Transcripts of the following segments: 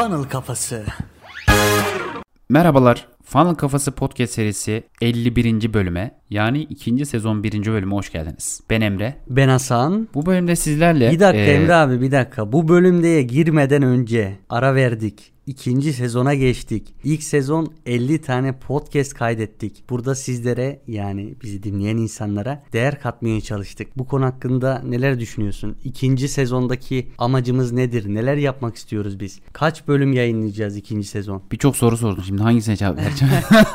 Funnel Kafası. Merhabalar, Funnel Kafası podcast serisi 51. bölüme yani 2. sezon 1. bölüme hoş geldiniz. Ben Emre. Ben Hasan. Bu bölümde sizlerle... Bir dakika Emre abi bir dakika. Bu bölümdeye girmeden önce ara verdik. 2. sezona geçtik. İlk sezon 50 tane podcast kaydettik. Burada sizlere yani bizi dinleyen insanlara değer katmaya çalıştık. Bu konu hakkında neler düşünüyorsun? 2. sezondaki amacımız nedir? Neler yapmak istiyoruz biz? Kaç bölüm yayınlayacağız 2. sezon? Birçok soru sordum. Şimdi hangisine cevap vereceğim?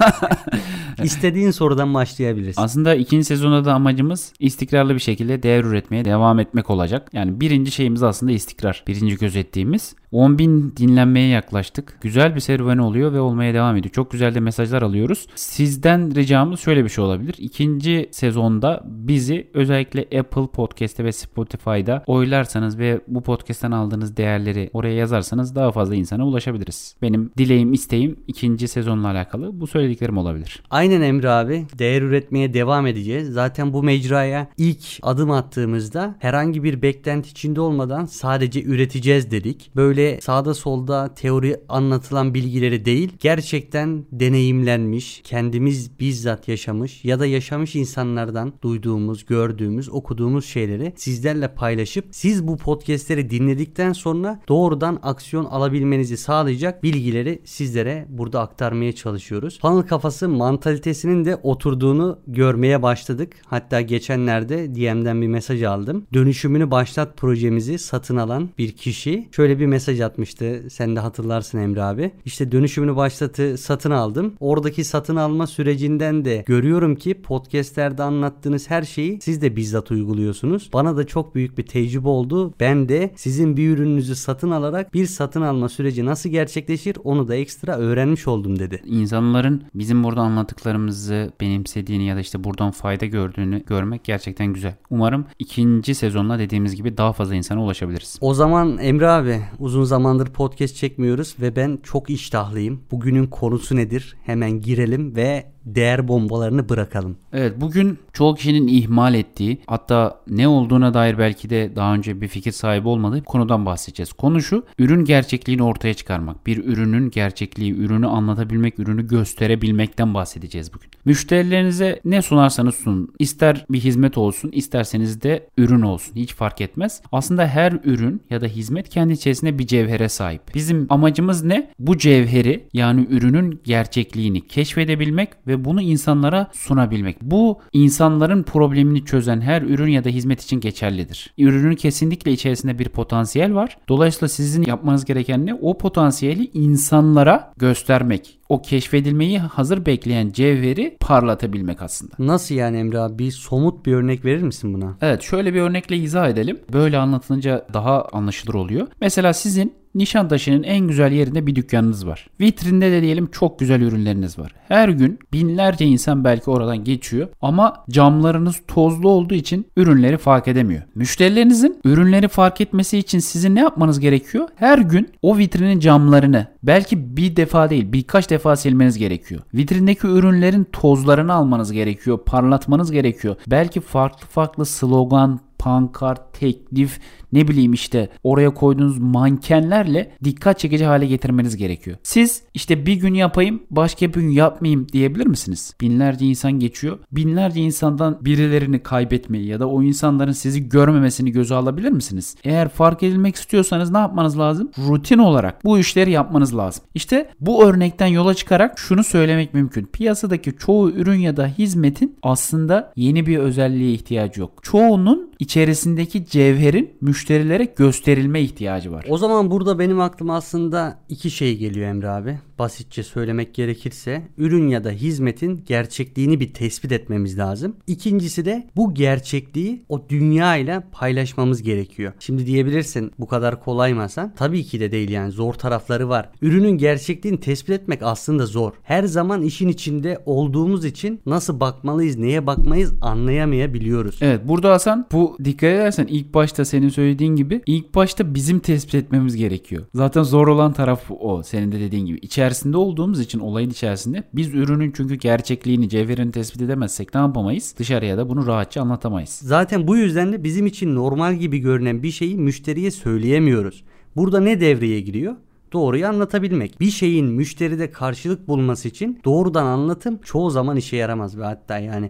İstediğin sorudan başlayabilirsin. Aslında 2. sezonda da amacımız istikrarlı bir şekilde değer üretmeye devam etmek olacak. Yani birinci şeyimiz aslında istikrar. Birinci gözettiğimiz. 10.000 dinlenmeye yaklaştık. Güzel bir serüven oluyor ve olmaya devam ediyor. Çok güzel de mesajlar alıyoruz. Sizden ricamız şöyle bir şey olabilir. 2. sezonda bizi özellikle Apple Podcast'te ve Spotify'da oylarsanız ve bu podcast'ten aldığınız değerleri oraya yazarsanız daha fazla insana ulaşabiliriz. Benim dileğim, isteğim 2. sezonla alakalı bu söylediklerim olabilir. Aynen Emre abi. Değer üretmeye devam edeceğiz. Zaten bu mecraya ilk adım attığımızda herhangi bir beklenti içinde olmadan sadece üreteceğiz dedik. Böyle sağda solda teori anlatılan bilgileri değil, gerçekten deneyimlenmiş, kendimiz bizzat yaşamış ya da yaşamış insanlardan duyduğumuz, gördüğümüz, okuduğumuz şeyleri sizlerle paylaşıp siz bu podcastleri dinledikten sonra doğrudan aksiyon alabilmenizi sağlayacak bilgileri sizlere burada aktarmaya çalışıyoruz. Funnel Kafası mantalitesinin de oturduğunu görmeye başladık. Hatta geçenlerde DM'den bir mesaj aldım. Dönüşümünü başlat projemizi satın alan bir kişi şöyle bir mesaj atmıştı. Sen de hatırlarsın Emre abi. İşte dönüşümünü başlatı satın aldım. Oradaki satın alma sürecinden de görüyorum ki podcastlerde anlattığınız her şeyi siz de bizzat uyguluyorsunuz. Bana da çok büyük bir tecrübe oldu. Ben de sizin bir ürününüzü satın alarak bir satın alma süreci nasıl gerçekleşir onu da ekstra öğrenmiş oldum dedi. İnsanların bizim burada anlattıklarımızı benimsediğini ya da işte buradan fayda gördüğünü görmek gerçekten güzel. Umarım 2. sezonla dediğimiz gibi daha fazla insana ulaşabiliriz. O zaman Emre abi uzun zamandır podcast çekmiyoruz ve ben çok iştahlıyım. Bugünün konusu nedir? Hemen girelim ve değer bombalarını bırakalım. Evet, bugün çoğu kişinin ihmal ettiği, hatta ne olduğuna dair belki de daha önce bir fikir sahibi olmadığı konudan bahsedeceğiz. Konu şu: ürün gerçekliğini ortaya çıkarmak. Bir ürünün gerçekliği, ürünü anlatabilmek, ürünü gösterebilmekten bahsedeceğiz bugün. Müşterilerinize ne sunarsanız sunun. İster bir hizmet olsun, isterseniz de ürün olsun. Hiç fark etmez. Aslında her ürün ya da hizmet kendi içerisinde bir cevhere sahip. Bizim amacımız ne? Bu cevheri, yani ürünün gerçekliğini keşfedebilmek ve bunu insanlara sunabilmek. Bu insanların problemini çözen her ürün ya da hizmet için geçerlidir. Ürünün kesinlikle içerisinde bir potansiyel var. Dolayısıyla sizin yapmanız gereken ne? O potansiyeli insanlara göstermek. O keşfedilmeyi hazır bekleyen cevheri parlatabilmek aslında. Nasıl yani Emre abi? Bir somut bir örnek verir misin buna? Evet, şöyle bir örnekle izah edelim. Böyle anlatılınca daha anlaşılır oluyor. Mesela sizin Nişantaşı'nın en güzel yerinde bir dükkanınız var. Vitrinde de diyelim çok güzel ürünleriniz var. Her gün binlerce insan belki oradan geçiyor ama camlarınız tozlu olduğu için ürünleri fark edemiyor. Müşterilerinizin ürünleri fark etmesi için sizin ne yapmanız gerekiyor? Her gün o vitrinin camlarını belki bir defa değil birkaç defa silmeniz gerekiyor. Vitrindeki ürünlerin tozlarını almanız gerekiyor, parlatmanız gerekiyor. Belki farklı slogan, pankart, teklif, ne bileyim işte oraya koyduğunuz mankenlerle dikkat çekici hale getirmeniz gerekiyor. Siz işte bir gün yapayım, başka bir gün yapmayayım diyebilir misiniz? Binlerce insan geçiyor. Binlerce insandan birilerini kaybetmeyi ya da o insanların sizi görmemesini göze alabilir misiniz? Eğer fark edilmek istiyorsanız ne yapmanız lazım? Rutin olarak bu işleri yapmanız lazım. İşte bu örnekten yola çıkarak şunu söylemek mümkün. Piyasadaki çoğu ürün ya da hizmetin aslında yeni bir özelliğe ihtiyacı yok. Çoğunun içerisindeki cevherin müşterilere gösterilme ihtiyacı var. O zaman burada benim aklıma aslında iki şey geliyor Emre abi. Basitçe söylemek gerekirse ürün ya da hizmetin gerçekliğini bir tespit etmemiz lazım. İkincisi de bu gerçekliği o dünya ile paylaşmamız gerekiyor. Şimdi diyebilirsin bu kadar kolay mı Hasan? Tabii ki de değil, yani zor tarafları var. Ürünün gerçekliğini tespit etmek aslında zor. Her zaman işin içinde olduğumuz için nasıl bakmalıyız, neye bakmayız anlayamayabiliyoruz. Evet, burada Hasan bu dikkat edersen ilk başta senin söylediğin gibi ilk başta bizim tespit etmemiz gerekiyor. Zaten zor olan taraf o, senin de dediğin gibi. İçerisinde olduğumuz için, olayın içerisinde biz ürünün çünkü gerçekliğini, cevherini tespit edemezsek ne yapamayız? Dışarıya da bunu rahatça anlatamayız. Zaten bu yüzden de bizim için normal gibi görünen bir şeyi müşteriye söyleyemiyoruz. Burada ne devreye giriyor? Doğruyu anlatabilmek. Bir şeyin müşteride karşılık bulması için doğrudan anlatım çoğu zaman işe yaramaz ve hatta yani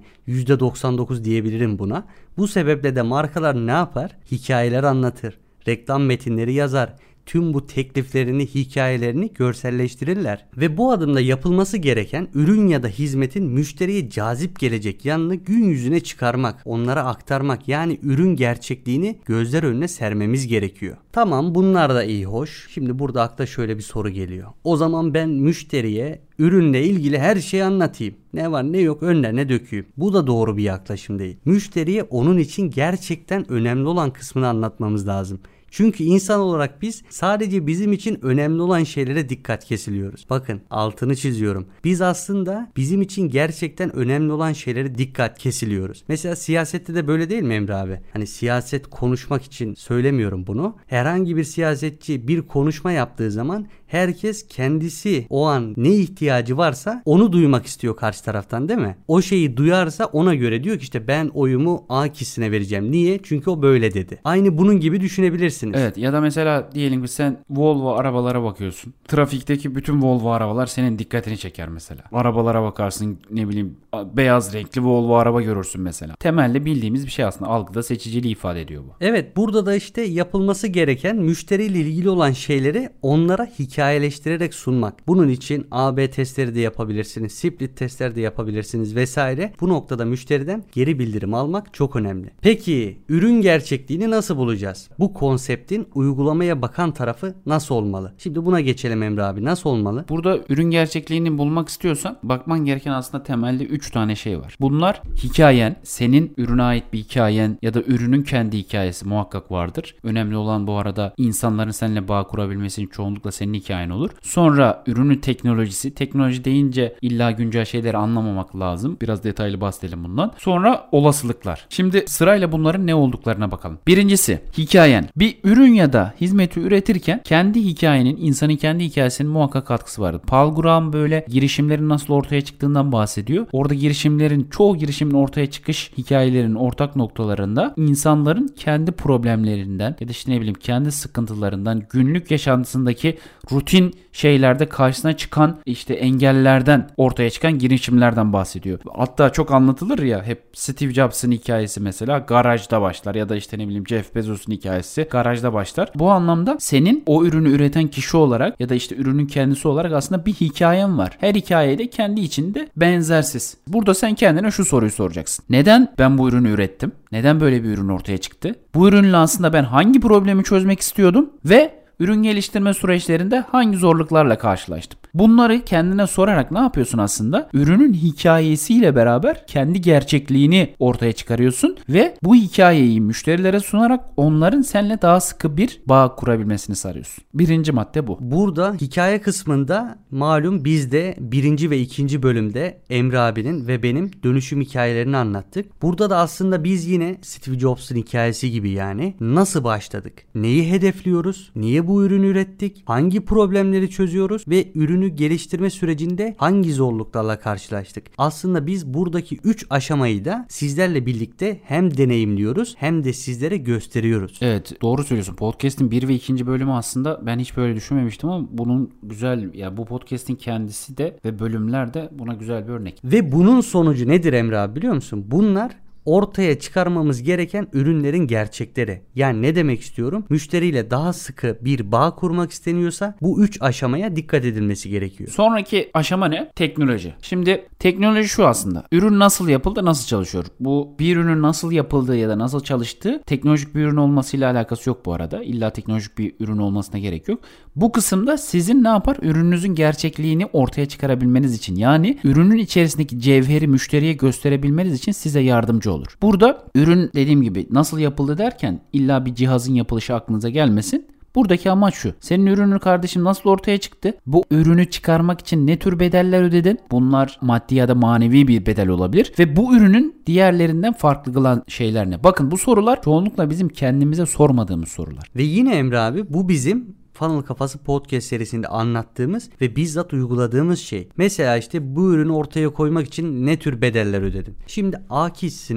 %99 diyebilirim buna. Bu sebeple de markalar ne yapar? Hikayeler anlatır, reklam metinleri yazar. Tüm bu tekliflerini, hikayelerini görselleştirirler. Ve bu adımda yapılması gereken ürün ya da hizmetin müşteriye cazip gelecek yanını gün yüzüne çıkarmak, onlara aktarmak, yani ürün gerçekliğini gözler önüne sermemiz gerekiyor. Tamam, bunlar da iyi hoş. Şimdi burada akla şöyle bir soru geliyor. O zaman ben müşteriye ürünle ilgili her şeyi anlatayım. Ne var ne yok önlerine dökeyim. Bu da doğru bir yaklaşım değil. Müşteriye onun için gerçekten önemli olan kısmını anlatmamız lazım. Çünkü insan olarak biz sadece bizim için önemli olan şeylere dikkat kesiliyoruz. Bakın, altını çiziyorum. Biz aslında bizim için gerçekten önemli olan şeylere dikkat kesiliyoruz. Mesela siyasette de böyle değil mi Emre abi? Hani siyaset konuşmak için söylemiyorum bunu. Herhangi bir siyasetçi bir konuşma yaptığı zaman herkes kendisi o an ne ihtiyacı varsa onu duymak istiyor karşı taraftan, değil mi? O şeyi duyarsa ona göre diyor ki işte ben oyumu A kişisine vereceğim. Niye? Çünkü o böyle dedi. Aynı bunun gibi düşünebilirsiniz. Evet, ya da mesela diyelim ki sen Volvo arabalara bakıyorsun. Trafikteki bütün Volvo arabalar senin dikkatini çeker mesela. Arabalara bakarsın, ne bileyim beyaz renkli Volvo araba görürsün mesela. Temelde bildiğimiz bir şey aslında, algıda seçiciliği ifade ediyor bu. Evet, burada da işte yapılması gereken müşteriyle ilgili olan şeyleri onlara hikayeleştirerek sunmak. Bunun için A/B testleri de yapabilirsiniz, split testler de yapabilirsiniz vesaire. Bu noktada müşteriden geri bildirim almak çok önemli. Peki ürün gerçekliğini nasıl bulacağız? Bu konseptin uygulamaya bakan tarafı nasıl olmalı? Şimdi buna geçelim Emre abi. Nasıl olmalı? Burada ürün gerçekliğini bulmak istiyorsan bakman gereken aslında temelde 3 tane şey var. Bunlar hikayen, senin ürüne ait bir hikayen ya da ürünün kendi hikayesi muhakkak vardır. Önemli olan bu arada insanların seninle bağ kurabilmesi için çoğunlukla senin hikayen olur. Sonra ürünün teknolojisi. Teknoloji deyince illa güncel şeyleri anlamamak lazım. Biraz detaylı bahsedelim bundan. Sonra olasılıklar. Şimdi sırayla bunların ne olduklarına bakalım. Birincisi hikayen. Bir ürün ya da hizmeti üretirken kendi hikayenin, insanın kendi hikayesinin muhakkak katkısı vardır. Paul Graham böyle girişimlerin nasıl ortaya çıktığından bahsediyor. Orada çoğu girişimin ortaya çıkış hikayelerinin ortak noktalarında insanların kendi problemlerinden ya da işte ne bileyim kendi sıkıntılarından, günlük yaşantısındaki rutin şeylerde karşısına çıkan işte engellerden ortaya çıkan girişimlerden bahsediyor. Hatta çok anlatılır ya, hep Steve Jobs'ın hikayesi mesela garajda başlar ya da işte ne bileyim Jeff Bezos'un hikayesi garajda başlar. Bu anlamda senin o ürünü üreten kişi olarak ya da işte ürünün kendisi olarak aslında bir hikayen var. Her hikaye de kendi içinde benzersiz. Burada sen kendine şu soruyu soracaksın. Neden ben bu ürünü ürettim? Neden böyle bir ürün ortaya çıktı? Bu ürünle aslında ben hangi problemi çözmek istiyordum ve ürün geliştirme süreçlerinde hangi zorluklarla karşılaştım? Bunları kendine sorarak ne yapıyorsun aslında? Ürünün hikayesiyle beraber kendi gerçekliğini ortaya çıkarıyorsun ve bu hikayeyi müşterilere sunarak onların seninle daha sıkı bir bağ kurabilmesini sağlıyorsun. Birinci madde bu. Burada hikaye kısmında malum biz de 1. ve 2. bölümde Emre abinin ve benim dönüşüm hikayelerini anlattık. Burada da aslında biz yine Steve Jobs'un hikayesi gibi yani nasıl başladık? Neyi hedefliyoruz? Niye bu ürünü ürettik? Hangi problemleri çözüyoruz? Ve ürünü geliştirme sürecinde hangi zorluklarla karşılaştık? Aslında biz buradaki 3 aşamayı da sizlerle birlikte hem deneyimliyoruz hem de sizlere gösteriyoruz. Evet, doğru söylüyorsun. Podcast'in 1 ve 2. bölümü aslında ben hiç böyle düşünmemiştim ama bunun güzel, ya bu podcast'in kendisi de ve bölümler de buna güzel bir örnek. Ve bunun sonucu nedir Emre abi biliyor musun? Bunlar ortaya çıkarmamız gereken ürünlerin gerçekleri. Yani ne demek istiyorum? Müşteriyle daha sıkı bir bağ kurmak isteniyorsa bu 3 aşamaya dikkat edilmesi gerekiyor. Sonraki aşama ne? Teknoloji. Şimdi teknoloji şu aslında. Ürün nasıl yapıldı, nasıl çalışıyor? Bu bir ürünün nasıl yapıldığı ya da nasıl çalıştığı teknolojik bir ürün olmasıyla alakası yok bu arada. İlla teknolojik bir ürün olmasına gerek yok. Bu kısımda sizin ne yapar? Ürününüzün gerçekliğini ortaya çıkarabilmeniz için, yani ürünün içerisindeki cevheri müşteriye gösterebilmeniz için size yardımcı olur. Burada ürün dediğim gibi nasıl yapıldı derken illa bir cihazın yapılışı aklınıza gelmesin. Buradaki amaç şu. Senin ürünün kardeşim nasıl ortaya çıktı? Bu ürünü çıkarmak için ne tür bedeller ödedin? Bunlar maddi ya da manevi bir bedel olabilir. Ve bu ürünün diğerlerinden farklı kılan şeyler ne? Bakın, bu sorular çoğunlukla bizim kendimize sormadığımız sorular. Ve yine Emre abi bu bizim Funnel Kafası podcast serisinde anlattığımız ve bizzat uyguladığımız şey. Mesela işte bu ürünü ortaya koymak için ne tür bedeller ödedin? Şimdi A kişisinin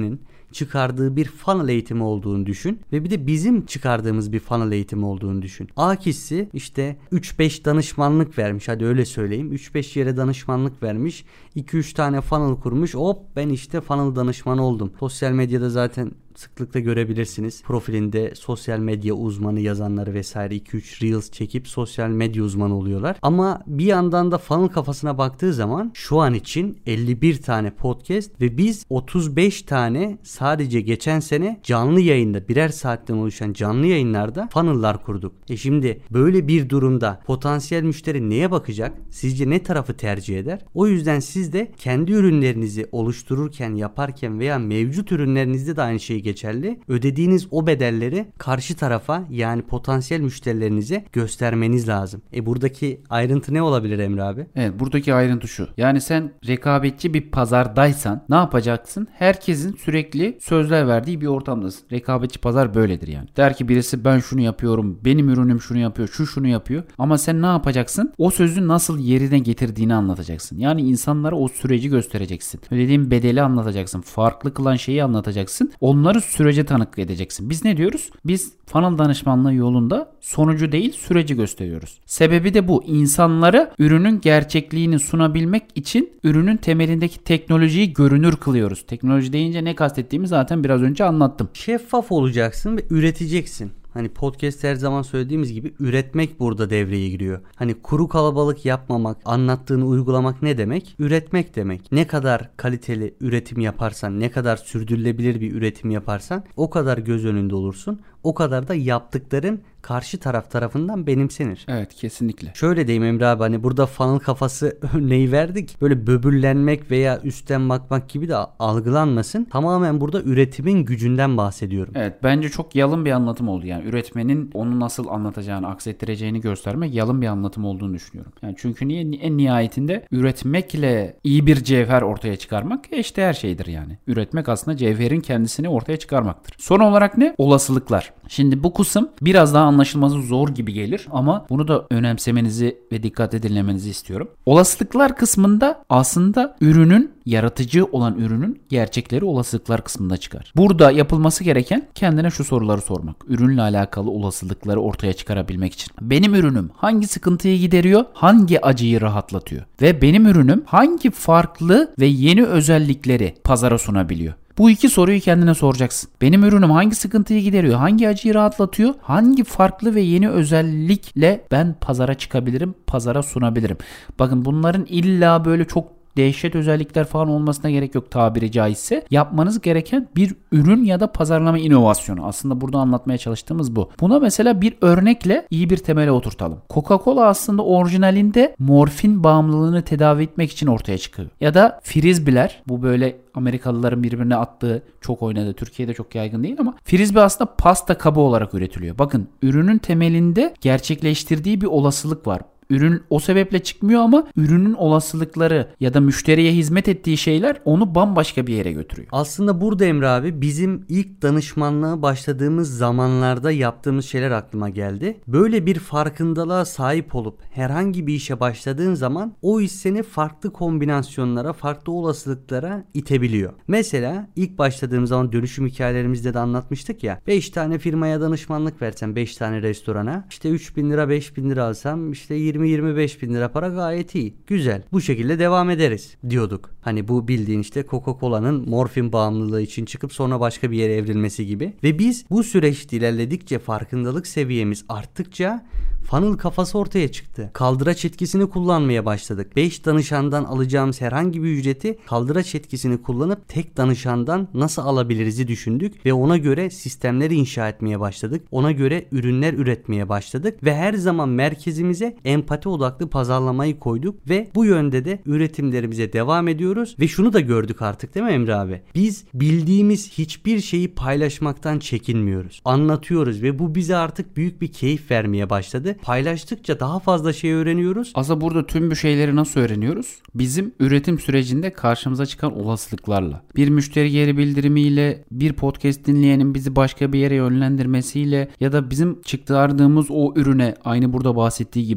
çıkardığı bir funnel eğitimi olduğunu düşün ve bir de bizim çıkardığımız bir funnel eğitimi olduğunu düşün. A kişisi işte 3-5 danışmanlık vermiş, hadi öyle söyleyeyim. 3-5 yere danışmanlık vermiş. 2-3 tane funnel kurmuş. Hop, ben işte funnel danışmanı oldum. Sosyal medyada zaten sıklıkla görebilirsiniz. Profilinde sosyal medya uzmanı yazanları vesaire 2-3 reels çekip sosyal medya uzmanı oluyorlar. Ama bir yandan da funnel kafasına baktığı zaman şu an için 51 tane podcast ve biz 35 tane sadece geçen sene canlı yayında birer saatten oluşan canlı yayınlarda funnel'lar kurduk. Şimdi böyle bir durumda potansiyel müşteri neye bakacak? Sizce ne tarafı tercih eder? O yüzden siz de kendi ürünlerinizi oluştururken, yaparken veya mevcut ürünlerinizde de aynı şeyi geçerli. Ödediğiniz o bedelleri karşı tarafa, yani potansiyel müşterilerinize göstermeniz lazım. Buradaki ayrıntı ne olabilir Emre abi? Evet, buradaki ayrıntı şu. Yani sen rekabetçi bir pazardaysan ne yapacaksın? Herkesin sürekli sözler verdiği bir ortamdasın. Rekabetçi pazar böyledir yani. Der ki birisi ben şunu yapıyorum, benim ürünüm şunu yapıyor, şu şunu yapıyor. Ama sen ne yapacaksın? O sözü nasıl yerine getirdiğini anlatacaksın. Yani insanlara o süreci göstereceksin. Ödediğin bedeli anlatacaksın. Farklı kılan şeyi anlatacaksın. Onları sürece tanık edeceksin. Biz ne diyoruz? Biz funnel danışmanlığı yolunda sonucu değil süreci gösteriyoruz. Sebebi de bu. İnsanlara ürünün gerçekliğini sunabilmek için ürünün temelindeki teknolojiyi görünür kılıyoruz. Teknoloji deyince ne kastettiğimi zaten biraz önce anlattım. Şeffaf olacaksın ve üreteceksin. Hani podcast her zaman söylediğimiz gibi üretmek burada devreye giriyor. Hani kuru kalabalık yapmamak, anlattığını uygulamak ne demek? Üretmek demek. Ne kadar kaliteli üretim yaparsan, ne kadar sürdürülebilir bir üretim yaparsan o kadar göz önünde olursun. O kadar da yaptıkların karşı taraf tarafından benimsenir. Evet, kesinlikle. Şöyle diyeyim Emre abi, hani burada funnel kafası örneği verdik. Böyle böbürlenmek veya üstten bakmak gibi de algılanmasın. Tamamen burada üretimin gücünden bahsediyorum. Evet, bence çok yalın bir anlatım oldu. Yani üretmenin onu nasıl anlatacağını, aksettireceğini göstermek yalın bir anlatım olduğunu düşünüyorum. Yani çünkü niye? En nihayetinde üretmekle iyi bir cevher ortaya çıkarmak eşdeğer şeydir yani. Üretmek aslında cevherin kendisini ortaya çıkarmaktır. Son olarak ne? Olasılıklar. Şimdi bu kısım biraz daha anlaşılması zor gibi gelir ama bunu da önemsemenizi ve dikkatle dinlemenizi istiyorum. Olasılıklar kısmında aslında yaratıcı olan ürünün gerçekleri olasılıklar kısmında çıkar. Burada yapılması gereken kendine şu soruları sormak. Ürünle alakalı olasılıkları ortaya çıkarabilmek için. Benim ürünüm hangi sıkıntıyı gideriyor? Hangi acıyı rahatlatıyor? Ve benim ürünüm hangi farklı ve yeni özellikleri pazara sunabiliyor? Bu iki soruyu kendine soracaksın. Benim ürünüm hangi sıkıntıyı gideriyor? Hangi acıyı rahatlatıyor? Hangi farklı ve yeni özellikle ben pazara çıkabilirim, pazara sunabilirim? Bakın bunların illa böyle çok dehşet özellikler falan olmasına gerek yok tabiri caizse. Yapmanız gereken bir ürün ya da pazarlama inovasyonu. Aslında burada anlatmaya çalıştığımız bu. Buna mesela bir örnekle iyi bir temele oturtalım. Coca-Cola aslında orijinalinde morfin bağımlılığını tedavi etmek için ortaya çıkıyor. Ya da frisbee'ler, bu böyle Amerikalıların birbirine attığı, çok oynadığı, Türkiye'de çok yaygın değil ama frisbee aslında pasta kabı olarak üretiliyor. Bakın, ürünün temelinde gerçekleştirdiği bir olasılık var. Ürün o sebeple çıkmıyor ama ürünün olasılıkları ya da müşteriye hizmet ettiği şeyler onu bambaşka bir yere götürüyor. Aslında burada Emre abi bizim ilk danışmanlığa başladığımız zamanlarda yaptığımız şeyler aklıma geldi. Böyle bir farkındalığa sahip olup herhangi bir işe başladığın zaman o iş seni farklı kombinasyonlara, farklı olasılıklara itebiliyor. Mesela ilk başladığım zaman dönüşüm hikayelerimizde de anlatmıştık ya. 5 tane firmaya danışmanlık versem, 5 tane restorana, işte 3.000 lira 5.000 lira alsam işte 20-25 bin lira para gayet iyi. Güzel. Bu şekilde devam ederiz diyorduk. Hani bu bildiğin işte Coca-Cola'nın morfin bağımlılığı için çıkıp sonra başka bir yere evrilmesi gibi. Ve biz bu süreçte ilerledikçe, farkındalık seviyemiz arttıkça funnel kafası ortaya çıktı. Kaldıraç etkisini kullanmaya başladık. 5 danışandan alacağımız herhangi bir ücreti kaldıraç etkisini kullanıp tek danışandan nasıl alabiliriz'i düşündük ve ona göre sistemleri inşa etmeye başladık. Ona göre ürünler üretmeye başladık ve her zaman merkezimize empati odaklı pazarlamayı koyduk ve bu yönde de üretimlerimize devam ediyoruz ve şunu da gördük artık, değil mi Emre abi? Biz bildiğimiz hiçbir şeyi paylaşmaktan çekinmiyoruz. Anlatıyoruz ve bu bize artık büyük bir keyif vermeye başladı. Paylaştıkça daha fazla şey öğreniyoruz. Aslında burada tüm bu şeyleri nasıl öğreniyoruz? Bizim üretim sürecinde karşımıza çıkan olasılıklarla. Bir müşteri geri bildirimiyle, bir podcast dinleyenin bizi başka bir yere yönlendirmesiyle ya da bizim çıktardığımız o ürüne, aynı burada bahsettiği gibi, ürün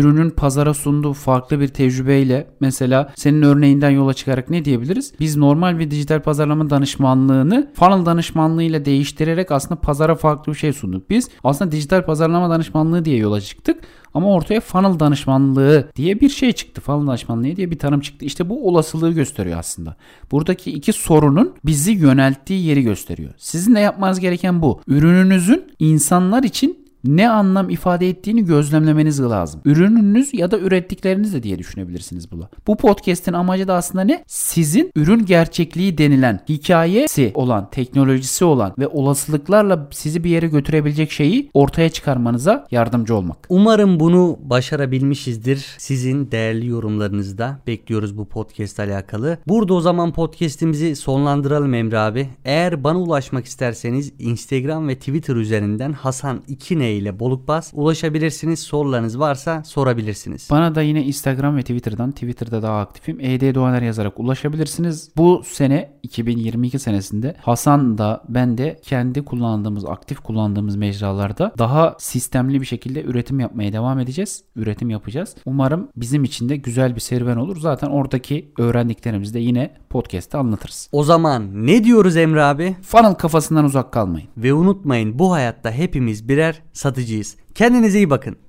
ürünün pazara sunduğu farklı bir tecrübeyle, mesela senin örneğinden yola çıkarak ne diyebiliriz? Biz normal bir dijital pazarlama danışmanlığını funnel danışmanlığıyla değiştirerek aslında pazara farklı bir şey sunduk. Biz aslında dijital pazarlama danışmanlığı diye yola çıktık. Ama ortaya funnel danışmanlığı diye bir şey çıktı. Funnel danışmanlığı diye bir tanım çıktı. İşte bu olasılığı gösteriyor aslında. Buradaki iki sorunun bizi yönelttiği yeri gösteriyor. Sizin de yapmanız gereken bu. Ürününüzün insanlar için ne anlam ifade ettiğini gözlemlemeniz lazım. Ürününüz ya da ürettikleriniz de diye düşünebilirsiniz bunu. Bu podcast'in amacı da aslında ne? Sizin ürün gerçekliği denilen, hikayesi olan, teknolojisi olan ve olasılıklarla sizi bir yere götürebilecek şeyi ortaya çıkarmanıza yardımcı olmak. Umarım bunu başarabilmişizdir. Sizin değerli yorumlarınızı da bekliyoruz bu podcast alakalı. Burada o zaman podcast'imizi sonlandıralım Emre abi. Eğer bana ulaşmak isterseniz Instagram ve Twitter üzerinden Hasan 2N ile Bolukbaz ulaşabilirsiniz. Sorularınız varsa sorabilirsiniz. Bana da yine Instagram ve Twitter'da daha aktifim. ED Doğaner yazarak ulaşabilirsiniz. Bu sene 2022 senesinde Hasan da ben de kendi aktif kullandığımız mecralarda daha sistemli bir şekilde üretim yapmaya devam edeceğiz. Üretim yapacağız. Umarım bizim için de güzel bir serüven olur. Zaten oradaki öğrendiklerimizi de yine podcast'te anlatırız. O zaman ne diyoruz Emre abi? Funnel kafasından uzak kalmayın. Ve unutmayın, bu hayatta hepimiz birer satıcıyız. Kendinize iyi bakın.